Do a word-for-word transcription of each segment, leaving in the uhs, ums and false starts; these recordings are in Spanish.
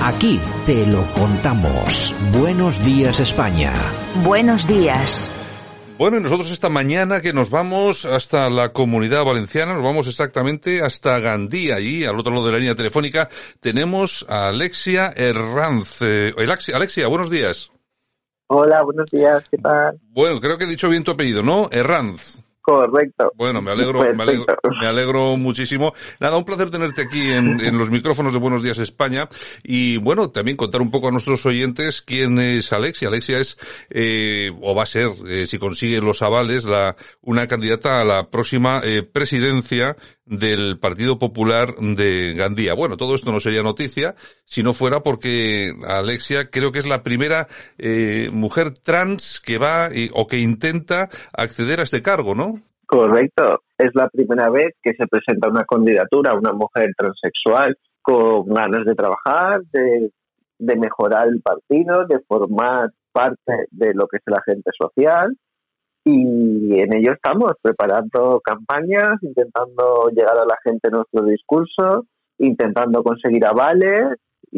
Aquí te lo contamos. Buenos días, España. Buenos días. Bueno, y nosotros esta mañana que nos vamos hasta la Comunidad Valenciana, nos vamos exactamente hasta Gandía. Allí, al otro lado de la línea telefónica, tenemos a Alexia Herranz. Eh, Alexia, Alexia, buenos días. Hola, buenos días, ¿qué tal? Bueno, creo que he dicho bien tu apellido, ¿no? Herranz. Correcto. Bueno, me alegro, me alegro, me alegro muchísimo. Nada, un placer tenerte aquí en, en los micrófonos de Buenos Días España y bueno, también contar un poco a nuestros oyentes quién es Alexia. Alexia es, eh, o va a ser, eh, si consigue los avales, la, una candidata a la próxima eh, presidencia del Partido Popular de Gandía. Bueno, todo esto no sería noticia si no fuera porque Alexia creo que es la primera eh, mujer trans que va eh, o que intenta acceder a este cargo, ¿no? Correcto. Es la primera vez que se presenta una candidatura a una mujer transexual con ganas de trabajar, de, de mejorar el partido, de formar parte de lo que es el agente social. Y en ello estamos, preparando campañas, intentando llegar a la gente nuestro discurso, intentando conseguir avales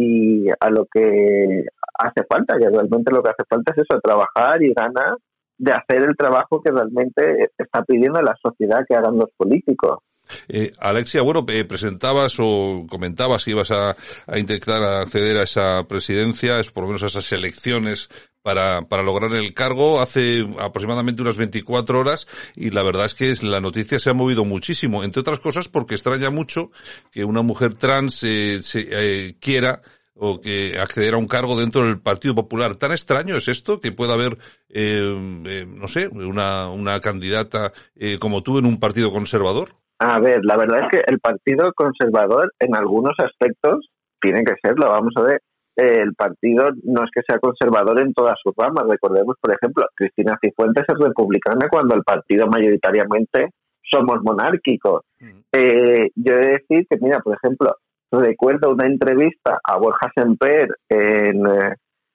y a lo que hace falta, que realmente lo que hace falta es eso, trabajar y ganas de hacer el trabajo que realmente está pidiendo la sociedad que hagan los políticos. Eh, Alexia, bueno, eh, presentabas o comentabas que ibas a, a intentar acceder a esa presidencia, es por lo menos a esas elecciones para, para lograr el cargo hace aproximadamente unas veinticuatro horas y la verdad es que es, la noticia se ha movido muchísimo, entre otras cosas porque extraña mucho que una mujer trans eh, se, eh, quiera o que acceder a un cargo dentro del Partido Popular. ¿Tan extraño es esto que pueda haber, eh, eh, no sé, una, una candidata eh, como tú en un partido conservador? A ver, la verdad es que el Partido Conservador en algunos aspectos tiene que serlo. Vamos a ver, eh, el partido no es que sea conservador en todas sus ramas. Recordemos, por ejemplo, Cristina Cifuentes es republicana cuando el partido mayoritariamente somos monárquicos. Mm. Eh, yo he de decir que, mira, por ejemplo, recuerdo una entrevista a Borja Semper en, eh,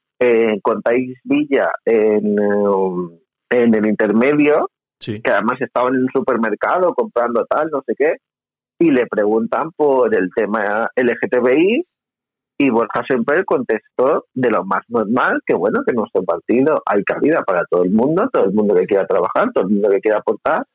en Contáis Villa en, eh, en el intermedio, sí, que además estaba en el supermercado comprando tal, no sé qué, y le preguntan por el tema L G T B I y Borja Semper contestó de lo más normal, que bueno, que en nuestro partido hay cabida para todo el mundo, todo el mundo que quiera trabajar, todo el mundo que quiera aportar,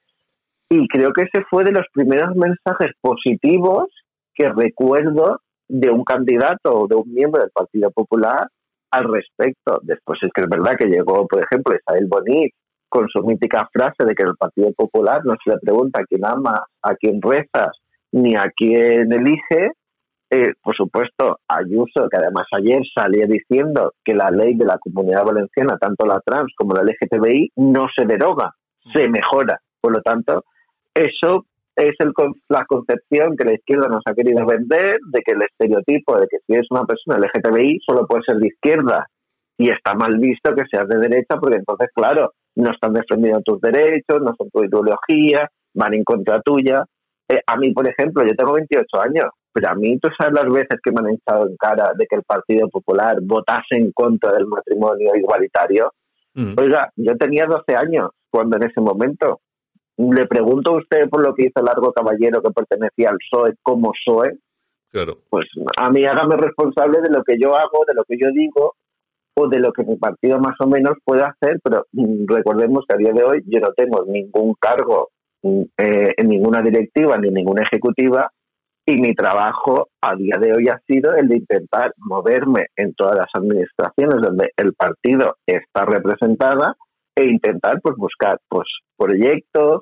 y creo que ese fue de los primeros mensajes positivos que recuerdo de un candidato o de un miembro del Partido Popular al respecto. Después es que es verdad que llegó, por ejemplo, Isabel Bonit con su mítica frase de que en el Partido Popular no se le pregunta a quién amas, a quién rezas, ni a quién elige. Eh, por supuesto, Ayuso, que además ayer salía diciendo que la ley de la Comunidad Valenciana, tanto la trans como la L G T B I, no se deroga, se mejora. Por lo tanto, eso es el, la concepción que la izquierda nos ha querido vender, de que el estereotipo de que si eres una persona L G T B I solo puede ser de izquierda y está mal visto que seas de derecha porque entonces, claro, no están defendiendo tus derechos, no son tu ideología, van en contra tuya. Eh, a mí, por ejemplo, yo tengo veintiocho años, pero a mí tú sabes las veces que me han echado en cara de que el Partido Popular votase en contra del matrimonio igualitario. Mm. Oiga, yo tenía doce años cuando en ese momento. Le pregunto a usted por lo que hizo Largo Caballero, que pertenecía al P S O E, como P S O E. Claro. Pues a mí hágame responsable de lo que yo hago, de lo que yo digo, o de lo que mi partido más o menos puede hacer, pero mmm, recordemos que a día de hoy yo no tengo ningún cargo eh, en ninguna directiva ni en ninguna ejecutiva, y mi trabajo a día de hoy ha sido el de intentar moverme en todas las administraciones donde el partido está representada e intentar pues buscar pues proyectos,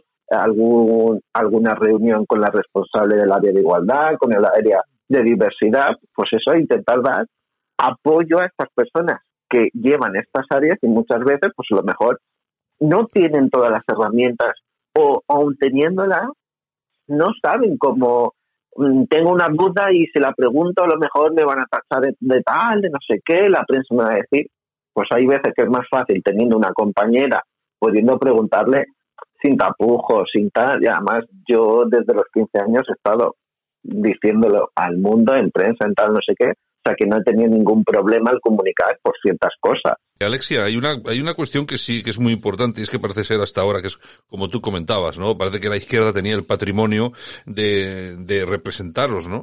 algún alguna reunión con la responsable del área de igualdad, con el área de diversidad, pues eso, intentar dar apoyo a estas personas que llevan estas áreas y muchas veces pues a lo mejor no tienen todas las herramientas o aun teniéndolas no saben cómo. Tengo una duda y si la pregunto a lo mejor me van a tachar de, de tal, de no sé qué, la prensa me va a decir. Pues hay veces que es más fácil teniendo una compañera, pudiendo preguntarle sin tapujos, sin tal. Y además yo desde los quince años he estado diciéndolo al mundo, en prensa, en tal, no sé qué. O sea que no he tenido ningún problema al comunicar por ciertas cosas. Alexia, hay una hay una cuestión que sí que es muy importante y es que parece ser hasta ahora que es como tú comentabas, ¿no? Parece que la izquierda tenía el patrimonio de de representarlos, ¿no?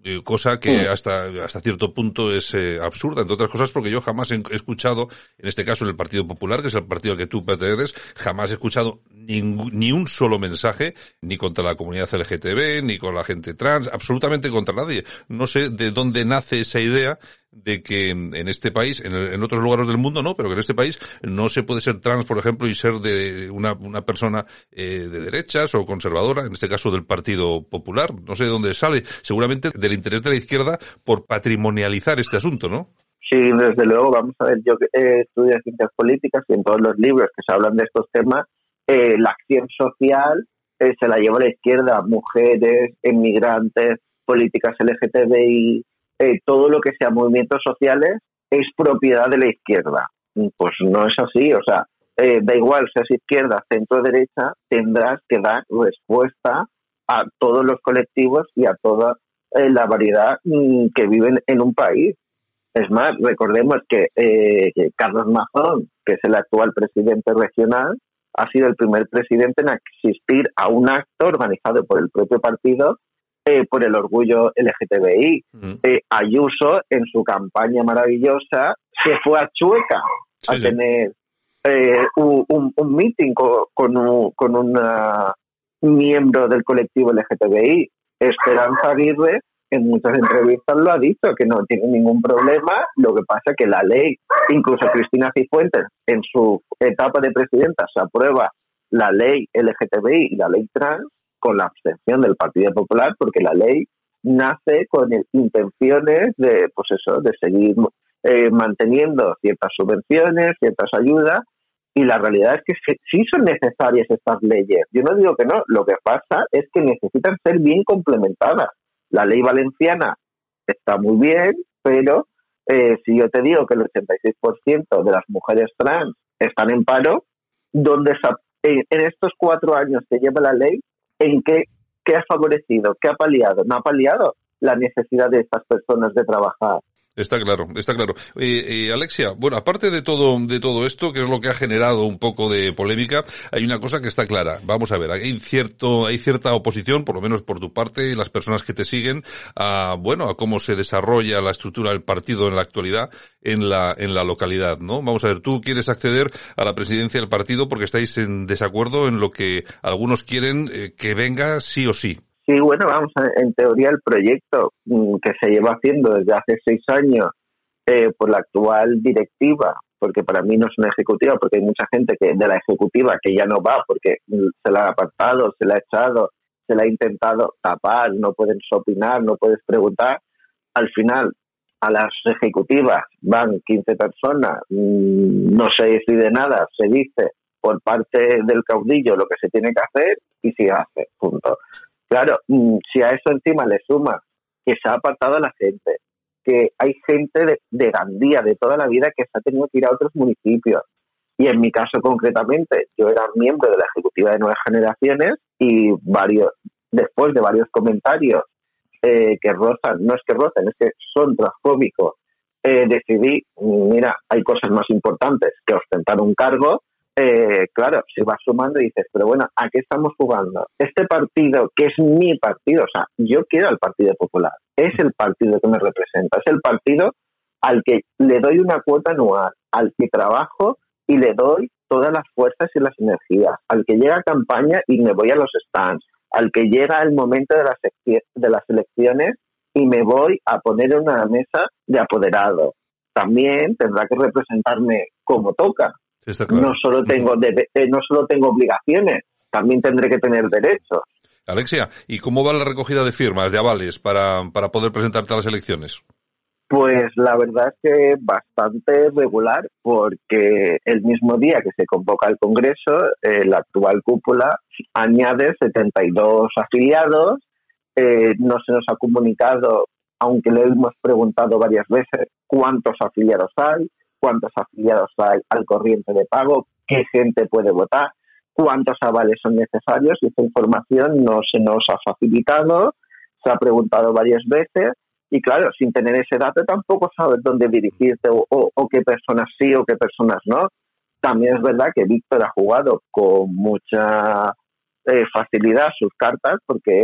Eh, cosa que hasta hasta cierto punto es eh, absurda, entre otras cosas porque yo jamás he escuchado, en este caso en el Partido Popular, que es el partido al que tú perteneces, jamás he escuchado ningún, ni un solo mensaje, ni contra la comunidad L G T B, ni con la gente trans, absolutamente contra nadie. No sé de dónde nace esa idea de que en este país, en, en otros lugares del mundo no, pero que en este país no se puede ser trans, por ejemplo, y ser de una, una persona eh, de derechas o conservadora, en este caso del Partido Popular. No sé de dónde sale, seguramente del interés de la izquierda por patrimonializar este asunto, ¿no? Sí, desde luego, vamos a ver, yo eh, estudio ciencias políticas y en todos los libros que se hablan de estos temas, eh, la acción social eh, se la lleva la izquierda, mujeres, inmigrantes, políticas L G T B I, Eh, todo lo que sea movimientos sociales es propiedad de la izquierda. Pues no es así, o sea, eh, da igual seas izquierda, centro, derecha, tendrás que dar respuesta a todos los colectivos y a toda eh, la variedad mm, que viven en un país. Es más, recordemos que, eh, que Carlos Mazón, que es el actual presidente regional, ha sido el primer presidente en asistir a un acto organizado por el propio partido Eh, por el orgullo L G T B I. Mm. Eh, Ayuso, en su campaña maravillosa, se fue a Chueca sí, a sí. tener eh, un, un, un meeting con, con, un, con una miembro del colectivo L G T B I. Esperanza Aguirre, en muchas entrevistas lo ha dicho, que no tiene ningún problema, lo que pasa es que la ley, incluso Cristina Cifuentes, en su etapa de presidenta, se aprueba la ley L G T B I y la ley trans, con la abstención del Partido Popular, porque la ley nace con intenciones de, pues eso, de seguir eh, manteniendo ciertas subvenciones, ciertas ayudas, y la realidad es que sí son necesarias estas leyes. Yo no digo que no, lo que pasa es que necesitan ser bien complementadas. La ley valenciana está muy bien, pero eh, si yo te digo que el ochenta y seis por ciento de las mujeres trans están en paro, ¿dónde está? En, en estos cuatro años que lleva la ley, ¿en qué, qué ha favorecido? ¿Qué ha paliado? No ha paliado la necesidad de estas personas de trabajar. Está claro, está claro. Eh, eh, Alexia, bueno, aparte de todo, de todo esto, que es lo que ha generado un poco de polémica, hay una cosa que está clara. Vamos a ver, hay cierto, hay cierta oposición, por lo menos por tu parte, y las personas que te siguen, a, bueno, a cómo se desarrolla la estructura del partido en la actualidad en la, en la localidad, ¿no? Vamos a ver, tú quieres acceder a la presidencia del partido porque estáis en desacuerdo en lo que algunos quieren eh, que venga sí o sí. Sí, bueno, vamos, a, en teoría el proyecto mmm, que se lleva haciendo desde hace seis años eh, por la actual directiva, porque para mí no es una ejecutiva, porque hay mucha gente que de la ejecutiva que ya no va porque se la ha apartado, se la ha echado, se la ha intentado tapar, no puedes opinar, no puedes preguntar. Al final, a las ejecutivas van quince personas, mmm, no se decide nada, se dice por parte del caudillo lo que se tiene que hacer y se hace, punto. Claro, si a eso encima le suma que se ha apartado a la gente, que hay gente de, de Gandía, de toda la vida, que se ha tenido que ir a otros municipios. Y en mi caso concretamente, yo era miembro de la Ejecutiva de Nuevas Generaciones y varios, después de varios comentarios eh, que rozan, no es que rozan, es que son transfóbicos, eh, decidí, mira, hay cosas más importantes que ostentar un cargo. Eh, claro, se va sumando y dices, pero bueno, ¿a qué estamos jugando? Este partido, que es mi partido, o sea, yo quiero al Partido Popular, es el partido que me representa, es el partido al que le doy una cuota anual, al que trabajo y le doy todas las fuerzas y las energías, al que llega a campaña y me voy a los stands, al que llega el momento de las, de las elecciones y me voy a poner en una mesa de apoderado. También tendrá que representarme como toca. Claro. No solo tengo de, eh, no solo tengo obligaciones, también tendré que tener derechos. Alexia, ¿y cómo va la recogida de firmas, de avales, para, para poder presentarte a las elecciones? Pues la verdad es que bastante regular, porque el mismo día que se convoca el Congreso, eh, la actual cúpula añade setenta y dos afiliados. Eh, no se nos ha comunicado, aunque le hemos preguntado varias veces, cuántos afiliados hay, cuántos afiliados hay al corriente de pago, qué gente puede votar, cuántos avales son necesarios, y esta información no se nos ha facilitado, se ha preguntado varias veces, y claro, sin tener ese dato tampoco sabes dónde dirigirte o, o, o qué personas sí o qué personas no. También es verdad que Víctor ha jugado con mucha eh, facilidad sus cartas, porque él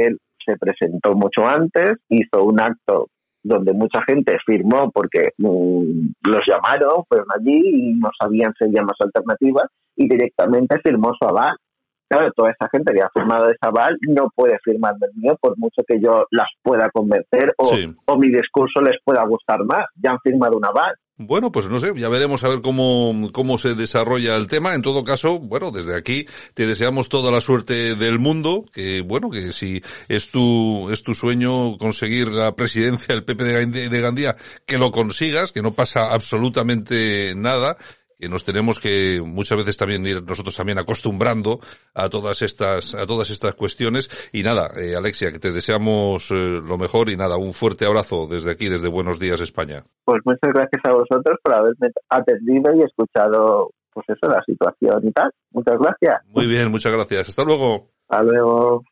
se presentó mucho antes, hizo un acto donde mucha gente firmó porque mmm, los llamaron, fueron allí y no sabían si había más alternativas y directamente firmó su aval. Claro, toda esa gente que ha firmado ese aval no puede firmar el mío por mucho que yo las pueda convencer o, sí. o mi discurso les pueda gustar más. Ya han firmado un aval. Bueno, pues no sé, ya veremos a ver cómo, cómo se desarrolla el tema. En todo caso, bueno, desde aquí te deseamos toda la suerte del mundo, que bueno, que si es tu, es tu sueño conseguir la presidencia del P P de Gandía, que lo consigas, que no pasa absolutamente nada, que nos tenemos que muchas veces también ir nosotros también acostumbrando a todas estas, a todas estas cuestiones. Y nada, eh, Alexia, que te deseamos eh, lo mejor y nada, un fuerte abrazo desde aquí, desde Buenos Días España. Pues muchas gracias a vosotros por haberme atendido y escuchado, pues eso, la situación y tal. Muchas gracias. Muy bien, muchas gracias. Hasta luego. Hasta luego.